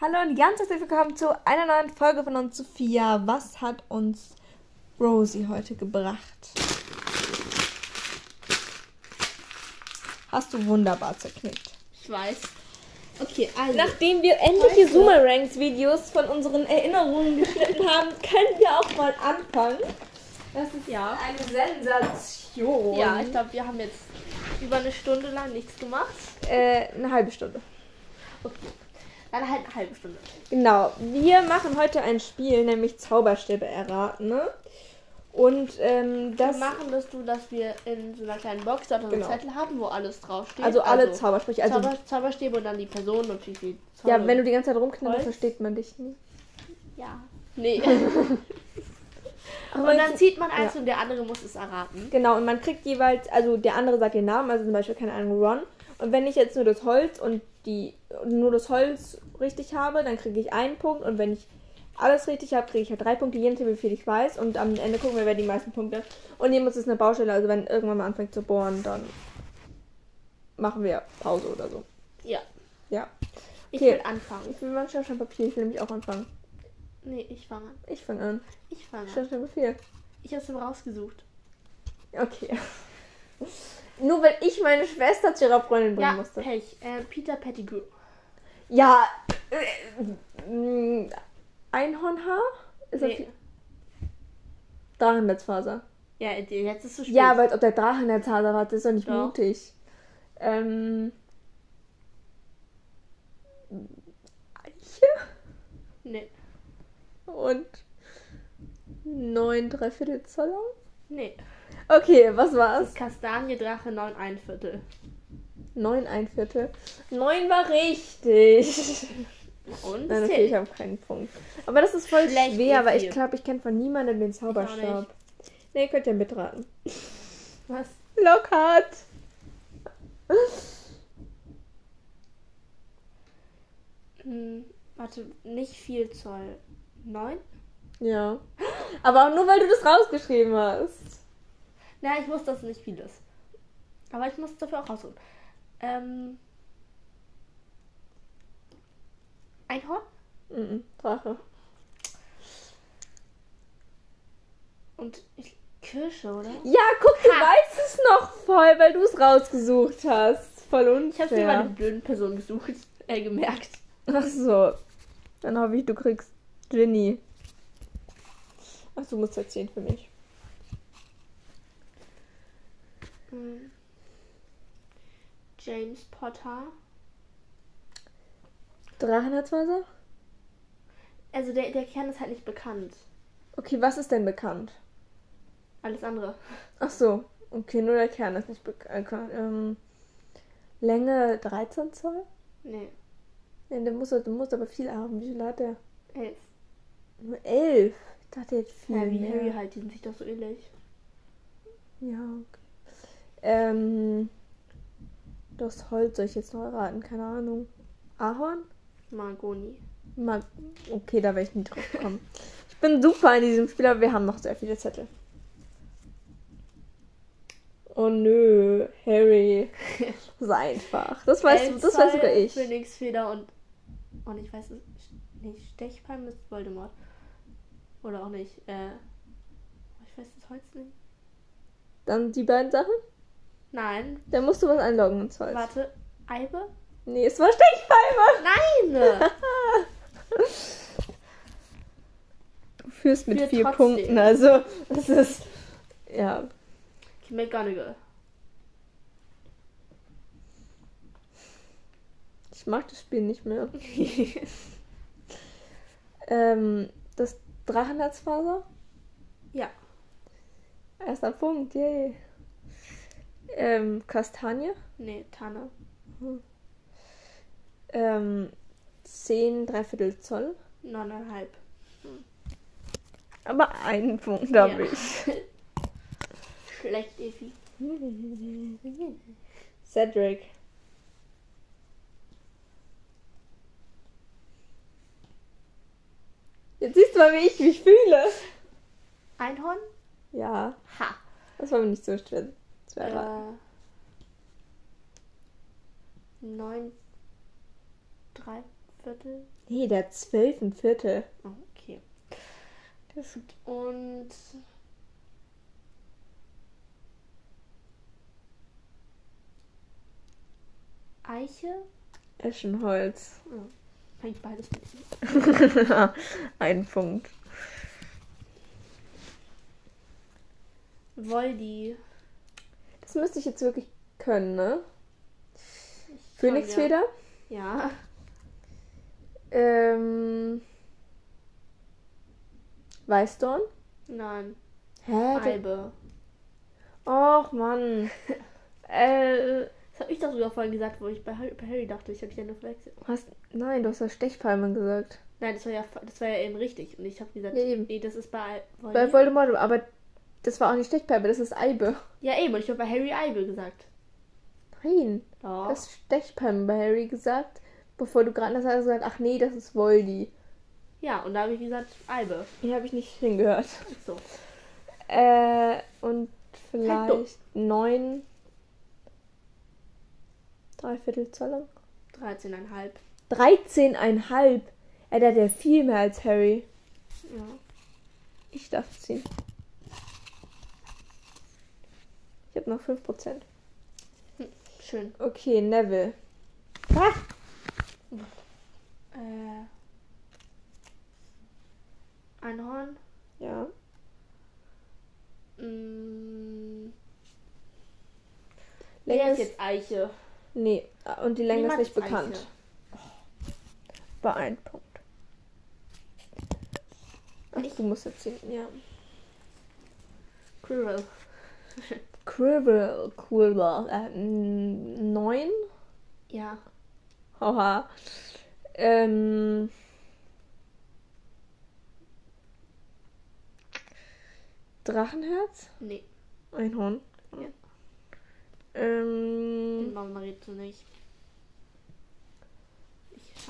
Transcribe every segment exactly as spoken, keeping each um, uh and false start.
Hallo und ganz herzlich willkommen zu einer neuen Folge von uns, Sophia. Was hat uns Rosie heute gebracht? Hast du wunderbar zerknickt. Ich weiß. Okay, also. Nachdem wir endliche Zoomer-Ranks-Videos von unseren Erinnerungen geschnitten haben, können wir auch mal anfangen. Das ist ja eine Sensation. Ja, ich glaube, wir haben jetzt über eine Stunde lang nichts gemacht. Äh, eine halbe Stunde. Okay. Dann halt eine halbe Stunde. Genau. Wir machen heute ein Spiel, nämlich Zauberstäbe erraten, ne? Und ähm, das... Wir machen das so, dass wir in so einer kleinen Box dort genau. einen Zettel haben, wo alles draufsteht. Also alle also Zaubersprüche. Also Zauber, Zauberstäbe und dann die Person und wie viel Zoll. ja, wenn du die ganze Zeit rumknallst, Holz. versteht man dich nie. Ja. Nee. Aber und dann zieht man eins ja. und der andere muss es erraten. Genau, und man kriegt jeweils, also der andere sagt den Namen, also zum Beispiel, keine Ahnung, Ron. Und wenn ich jetzt nur das Holz und die nur das Holz richtig habe, dann kriege ich einen Punkt. Und wenn ich alles richtig habe, kriege ich halt drei Punkte, je nachdem, wie viel ich weiß. Und am Ende gucken wir, wer die meisten Punkte hat. Und hier muss es eine Baustelle, also wenn irgendwann mal anfängt zu bohren, dann machen wir Pause oder so. Ja. Ja. Ich Okay. will anfangen. Ich will mal Stein, Papier, ich will nämlich auch anfangen. Nee, ich fange an. Ich fange an. Ich fange an. Stein, Papier. Ich habe es mir rausgesucht. Okay. Nur weil ich meine Schwester zu ihrer Freundin bringen Ja, musste. Pech. Äh, Peter Pettigrew. Ja. Äh, äh, Einhornhaar? Ist das Nee. Drachennetzfaser. Ja, jetzt ist es zu spät. Ja, aber als ob der Drachennetzfaser hat, das ist doch nicht Doch. mutig. Ähm. Eiche? Nee. Und neun Dreiviertel Zoller? Nee. Okay, was Das war's? ist Kastanie, Drache, neun, ein Viertel. Neun ein Viertel. Neun war richtig. Und? Nein, es okay, zählt. ich habe keinen Punkt. Aber das ist voll Schlecht, schwer, weil ich Evi. glaube, ich kenne von niemandem den auch Zauberstab. Ne, ihr könnt ja mitraten. Was? Lockhart. Hm, warte, nicht viel Zoll. Neun? Ja. Aber auch nur, weil du das rausgeschrieben hast. Na, ich wusste, dass es nicht viel ist. Aber ich muss es dafür auch rausholen. Ähm. Einhorn? Mhm, Drache. Und ich, Kirsche, oder? Ja, guck, du Ha. weißt es noch voll, weil du es rausgesucht hast. Voll unfair. Ich habe mir mal eine blöde Person gesucht, äh, gemerkt. Ach so. Dann hoffe ich, du kriegst Ginny. Ach, du musst erzählen für mich. Hm. James Potter. Drachenherzwasser? Also der, der Kern ist halt nicht bekannt. Okay, was ist denn bekannt? Alles andere. Ach so. Okay, nur der Kern ist nicht bekannt. Ähm, Länge dreizehn Zoll? Nee, Ja, der muss, der muss aber viel haben. Wie viel hat der? elf. Nur elf. Ich dachte jetzt viel Ja, wie mehr. Harry halt, die sind sich doch so ähnlich. Ja, okay. Ähm, das Holz soll ich jetzt noch erraten? Keine Ahnung. Ahorn? Margoni. Mal, okay, da wäre ich nie drauf gekommen. Ich bin super in diesem Spiel, aber wir haben noch sehr viele Zettel. Oh nö, Harry. Das ist einfach. Das weißt du, das weiß sogar ich. Phönixfeder und. Und ich weiß es nicht. Stechpalm ist Voldemort. Oder auch nicht. Äh. Ich weiß das Holz nicht. Dann die beiden Sachen? Nein. Dann musst du was einloggen ins Holz. Warte. Eibe? Nee, es war Stechpalme. Nein! Du führst mit Für vier trotzdem. Punkten, also das ist, ja. McGonagall. Ich mag das Spiel nicht mehr. ähm, das Drachenherzfaser? Ja. Erster Punkt, yay. Ähm, Kastanie? Nee, Tanne. Ähm, zehn Dreiviertel Zoll. Neuneinhalb. Aber einen Punkt habe Ja. ich. Schlecht, Evi. Cedric. Jetzt siehst du mal, wie ich mich fühle. Einhorn? Ja, Ha. das war mir nicht so schwer zu erraten. Äh, neun, drei Viertel. Nee, der hat zwölf ein Viertel. Oh, okay. Das und Eiche. Eschenholz. Oh, fängt beides mit an. Ein Punkt. Voldi. Das müsste ich jetzt wirklich können, ne? Ich Phönixfeder. Ja. Ähm. Weißdorn. Nein. Hä? der- Eibe. Och, Mann. äh, Das habe ich doch sogar vorhin gesagt, wo ich bei Harry, bei Harry dachte, ich habe dich ja nur verwechselt. hast, nein, du hast ja Stechpalme gesagt. Nein, das war ja, das war ja eben richtig. Und ich habe gesagt, Ja, eben. nee, das ist bei Voldi. Bei Voldemort, aber das war auch nicht Stechpalme, das ist Eibe. Ja, eben. Und ich habe bei Harry Eibe gesagt. Nein, Doch. du hast Stechpalme bei Harry gesagt, bevor du gerade das hast du gesagt, ach nee, das ist Voldi. Ja, und da habe ich gesagt Eibe. Hier habe ich nicht hingehört. Ach so. Äh, und Halt dumm. vielleicht neun Dreiviertel Zoll lang. dreizehn Komma fünf. dreizehn Komma fünf. Er hat ja viel mehr als Harry. Ja. Ich darf ziehen. Ich habe noch fünf Prozent. Schön. Okay, Neville. Ah! Äh. Einhorn. Ja. Mm, Länge Wer ist ist jetzt Eiche? Nee, und die Länge Niemand ist nicht Eiche. bekannt. War ein Punkt. Ach, Ich? du musst jetzt ziehen. Ja. Quirrell. Quirrell, Quirrell. Äh, n- neun? Ja. Haha. Ähm. Drachenherz? Nee, Einhorn. Ja. Ähm. den Marmarito nicht. Ich schau.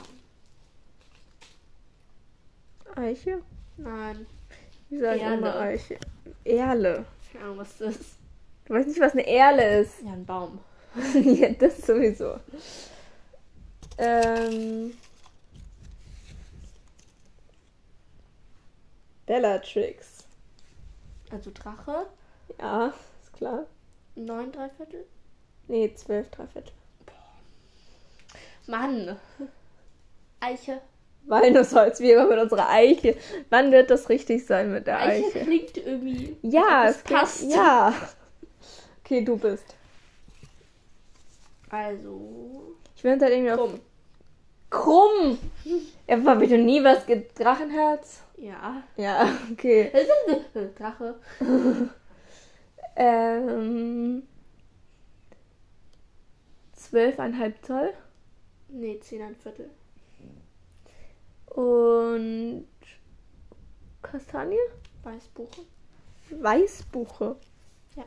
Eiche? Nein. Wie sag ich Erle. immer Eiche? Erle. Keine Ahnung, was das ist. Du weißt nicht, was eine Erle ist. Ja, ein Baum. Ja, das sowieso. Ähm. Bellatrix. Also Drache. Ja, ist klar. Neun Dreiviertel. Nee, zwölf Dreiviertel. Mann. Eiche. Walnussholz, wie immer mit unserer Eiche. Wann wird das richtig sein mit der Eiche Eiche? klingt irgendwie. Ja, als es ob passt. passt. Ja. Okay, du bist. Also. Ich bin halt irgendwie auf. Krumm. Krumm! Ja, war bitte nie was ge- Drachenherz? Ja. Ja, okay. Drache. Ähm. Zwölfeinhalb Zoll. Nee, zehn ein Viertel. Und. Kastanie? Weißbuche. Weißbuche. Ja.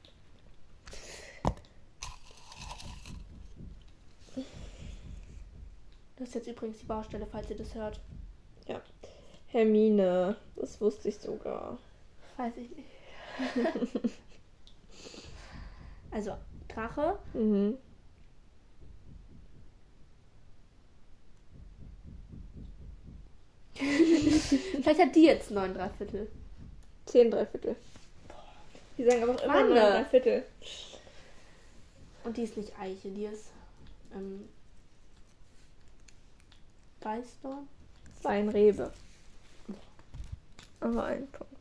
Das ist jetzt übrigens die Baustelle, falls ihr das hört. Hermine. Das wusste ich sogar. Weiß ich nicht. Also, Drache. Mhm. Vielleicht hat die jetzt neun Dreiviertel. Zehn Dreiviertel. Die sagen aber auch immer Mann. neun Dreiviertel. Und die ist nicht Eiche, die ist ähm, Weißdorn. Weinrebe. Aber ein Punkt.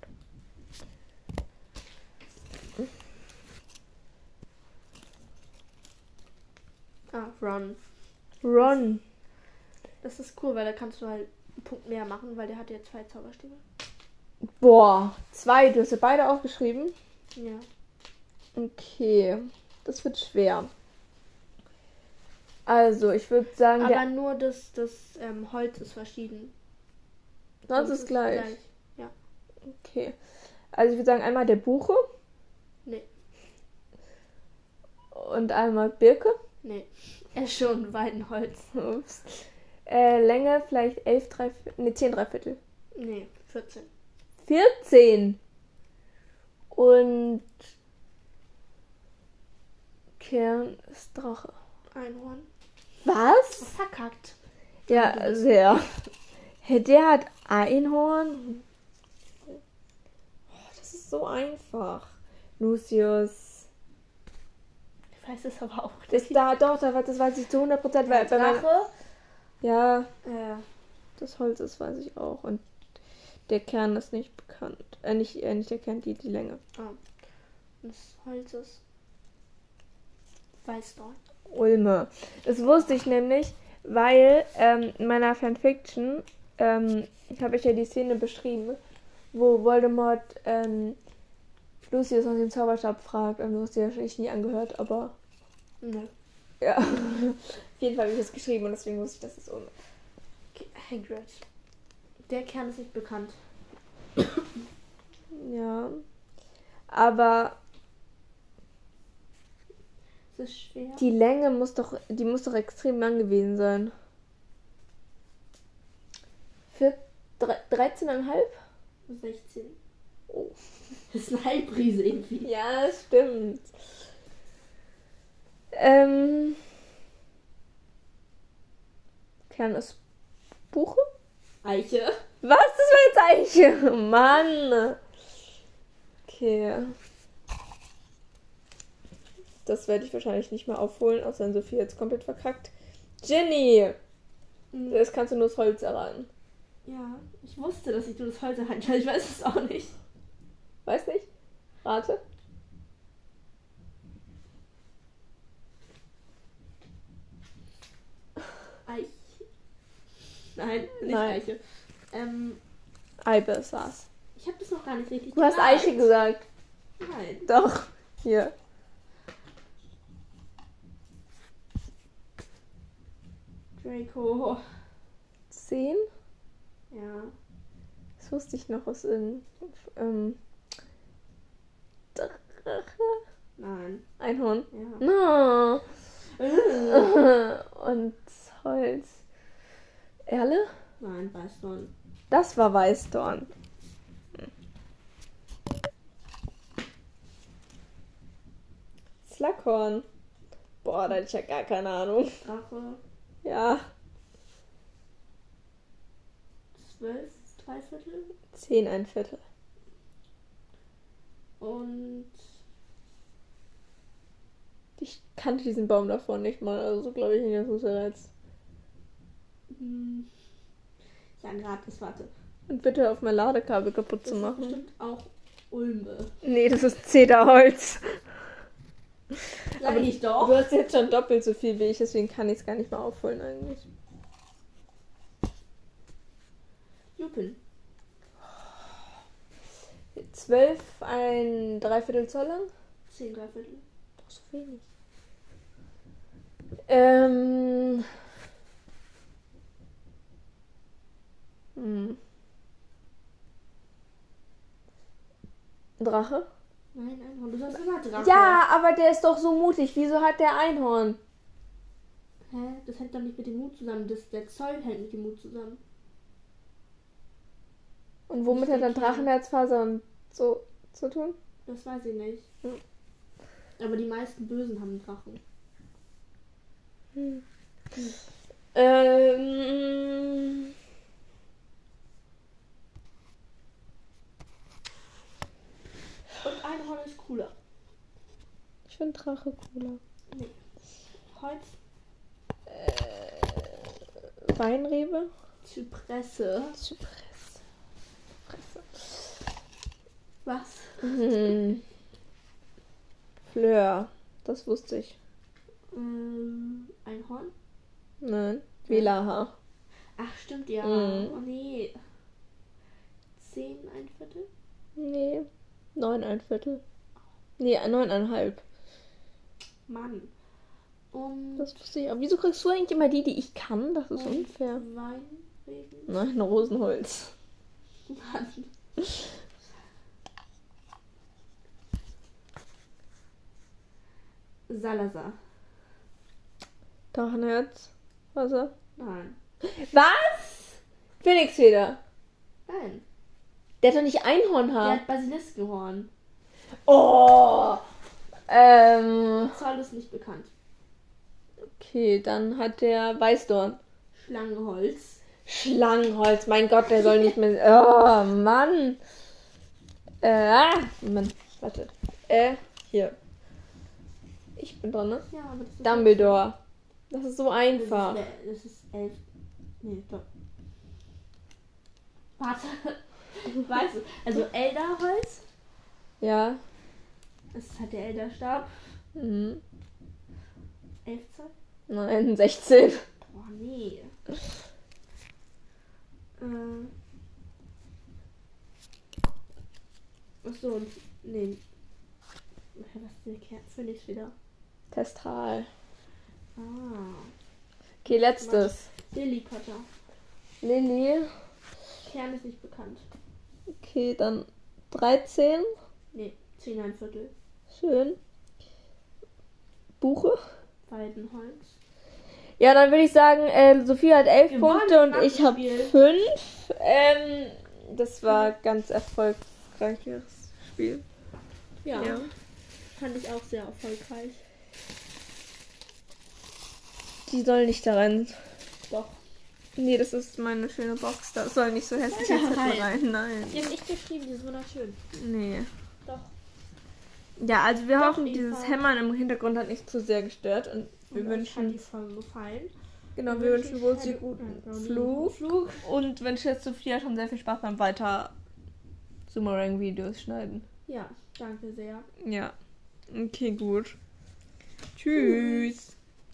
Ah, Ron. Ron. Das ist cool, weil da kannst du halt einen Punkt mehr machen, weil der hat ja zwei Zauberstäbe. Boah, zwei. Du hast ja beide aufgeschrieben. Ja. Okay. Das wird schwer. Also, ich würde sagen, Aber der nur das, das ähm, Holz ist verschieden. sonst ist gleich. Ja. Okay. Also, ich würde sagen, einmal der Buche. Nee. Und einmal Birke. Nee. Er ist schon Weidenholz. Ups. Äh, Länge vielleicht elf Dreiviertel. Ne, zehn Dreiviertel. Nee, vierzehn. vierzehn. Und Kern ist Drache. Einhorn. Was? Verkackt. Ja, sehr. Hey, der hat Einhorn. Oh, das ist so einfach. Lucius. Ich weiß es aber auch Das nicht. da, doch, das weiß ich zu hundert Prozent. Weil, Der Drache. ja, Äh, das Holz, das weiß ich auch. Und der Kern ist nicht bekannt. Äh, nicht, äh, nicht der Kern, die, die Länge. ah. Das Holz ist Weißdorn. Ulme. Das wusste ich nämlich, weil ähm, in meiner Fanfiction ähm, habe ich ja die Szene beschrieben, wo Voldemort ähm, Lucius nach dem Zauberstab fragt. Und du hast dir wahrscheinlich nie angehört, aber Ne. ja. Auf jeden Fall habe ich das geschrieben und deswegen wusste ich, dass es Ulme. Okay, Hagrid. Der Kern ist nicht bekannt. Ja. Aber Es ist schwer. die Länge muss doch, die muss doch extrem lang gewesen sein. Für dreizehn Komma fünf? sechzehn. Oh. Das ist eine Halbprise irgendwie. Ja, stimmt. Ähm. Kern ist Buche? Eiche. Was? Das war jetzt Eiche. Mann. Okay. Das werde ich wahrscheinlich nicht mehr aufholen, außer wenn Sophie jetzt komplett verkackt. Ginny! Mhm. Das kannst du nur das Holz erraten. Ja, ich wusste, dass ich nur das Holz erhalten kann. Ich weiß es auch nicht. Weiß nicht? Rate. Eiche. Nein, nicht Nein. Eiche. Ähm, Ibis war's. ich habe das noch gar nicht richtig Du hast gesagt. Eiche gesagt. Nein. Doch. Hier. Draco. Zehn? Ja. Das wusste ich noch aus in, ähm, Drache? Nein. Einhorn. Ja. No. Äh. Und Holz. Erle? Nein, Weißdorn. Das war Weißdorn. Slughorn. Boah, da hätte ich ja gar keine Ahnung. Drache. Ja, Zwölf, drei Viertel. zehn, ein Viertel. Und Ich kannte diesen Baum davon nicht mal, also so glaube ich nicht, dass es jetzt. hm, ja, gratis, warte. Und bitte auf mein Ladekabel kaputt Das zu ist machen. bestimmt auch Ulme. Nee, das ist Zederholz. Sag Aber ich Du doch. hast jetzt schon doppelt so viel wie ich, deswegen kann ich es gar nicht mehr aufholen eigentlich. Lupin. zwölf, ein Dreiviertel Zoll lang? Zehn, drei Viertel. Doch so wenig. Ähm. Hm. Drache? Nein, Einhorn. Du sagst immer Drache. Ja, aber der ist doch so mutig. Wieso hat der Einhorn? Hä? Das hängt doch nicht mit dem Mut zusammen. Das, der Zoll hängt mit dem Mut zusammen. Und womit Ich hat dann denke- Drachenherzfaser und so zu tun? Das weiß ich nicht. Hm. Aber die meisten Bösen haben Drachen. Hm. Ähm. Und Einhorn ist cooler. Ich finde Drache cooler. Holz. Äh, Weinrebe? Zypresse. Zypress. Fresse. Was? Mhm. Fleur. Das wusste ich. Ähm, Einhorn? Nein. Velaha. Ach, stimmt ja. Mhm. Oh nee. Zehn, ein Viertel? Nee. Neun, ein Viertel. Nee, neuneinhalb. Mann. Und Das wusste ich auch. Wieso kriegst du eigentlich immer die, die ich kann? Das ist unfair. Weinreben? Nein, Rosenholz. Mann. Salazar. Drachenherz. Wasser. Nein. Was? Phoenixfeder. Nein. Der hat doch nicht Einhornhaar. Der hat Basiliskenhorn. Oh. Ähm. Zoll ist nicht bekannt. Okay, dann hat der Weißdorn. Schlangenholz. Schlangenholz, mein Gott, der soll nicht mehr. Oh, Mann. Äh, ah, Mann, warte. Äh, hier. Ich bin dran, ne? Ja, aber das ist Dumbledore. Das ist so Das einfach. ist, das ist elf. Nee, doch. Warte. Weißt du, also Elderholz. Ja. Das ist halt der Elderstab. Mhm. elf Zoll. Nein, sechzehn. Boah, nee. äh. Achso, und. Nee. Was ist der Kern? Finde ich wieder. Testral. Ah. Okay, letztes. Lily Potter. Lilly. Kern ist nicht bekannt. Okay, dann dreizehn. Nee, zehn ein Viertel. Schön. Buche. Weidenholz. Ja, dann würde ich sagen, äh, Sophie hat elf Wir Punkte wollen und ich habe Spiel. fünf. Ähm, das war ganz erfolgreiches Spiel. Ja. Ja. Fand ich auch sehr erfolgreich. Die soll nicht da rein. Doch. Nee, das ist meine schöne Box. Da soll nicht so hässlich Soll da jetzt rein. rein? Nein. Die haben echt geschrieben, die ist wunderschön. Nee. Doch. Ja, also wir Doch, hoffen, Eva. dieses Hämmern im Hintergrund hat nicht zu sehr gestört. Und wir Und euch hat wünschen, die Folge gefallen. genau, wir wir wünschen wünschen wohl keine- sie guten Ja, Flug. Flug. Und wünschen jetzt Sophia schon sehr viel Spaß beim weiter Sumerang-Videos schneiden. Ja, danke sehr. Ja. Okay, gut. Tschüss.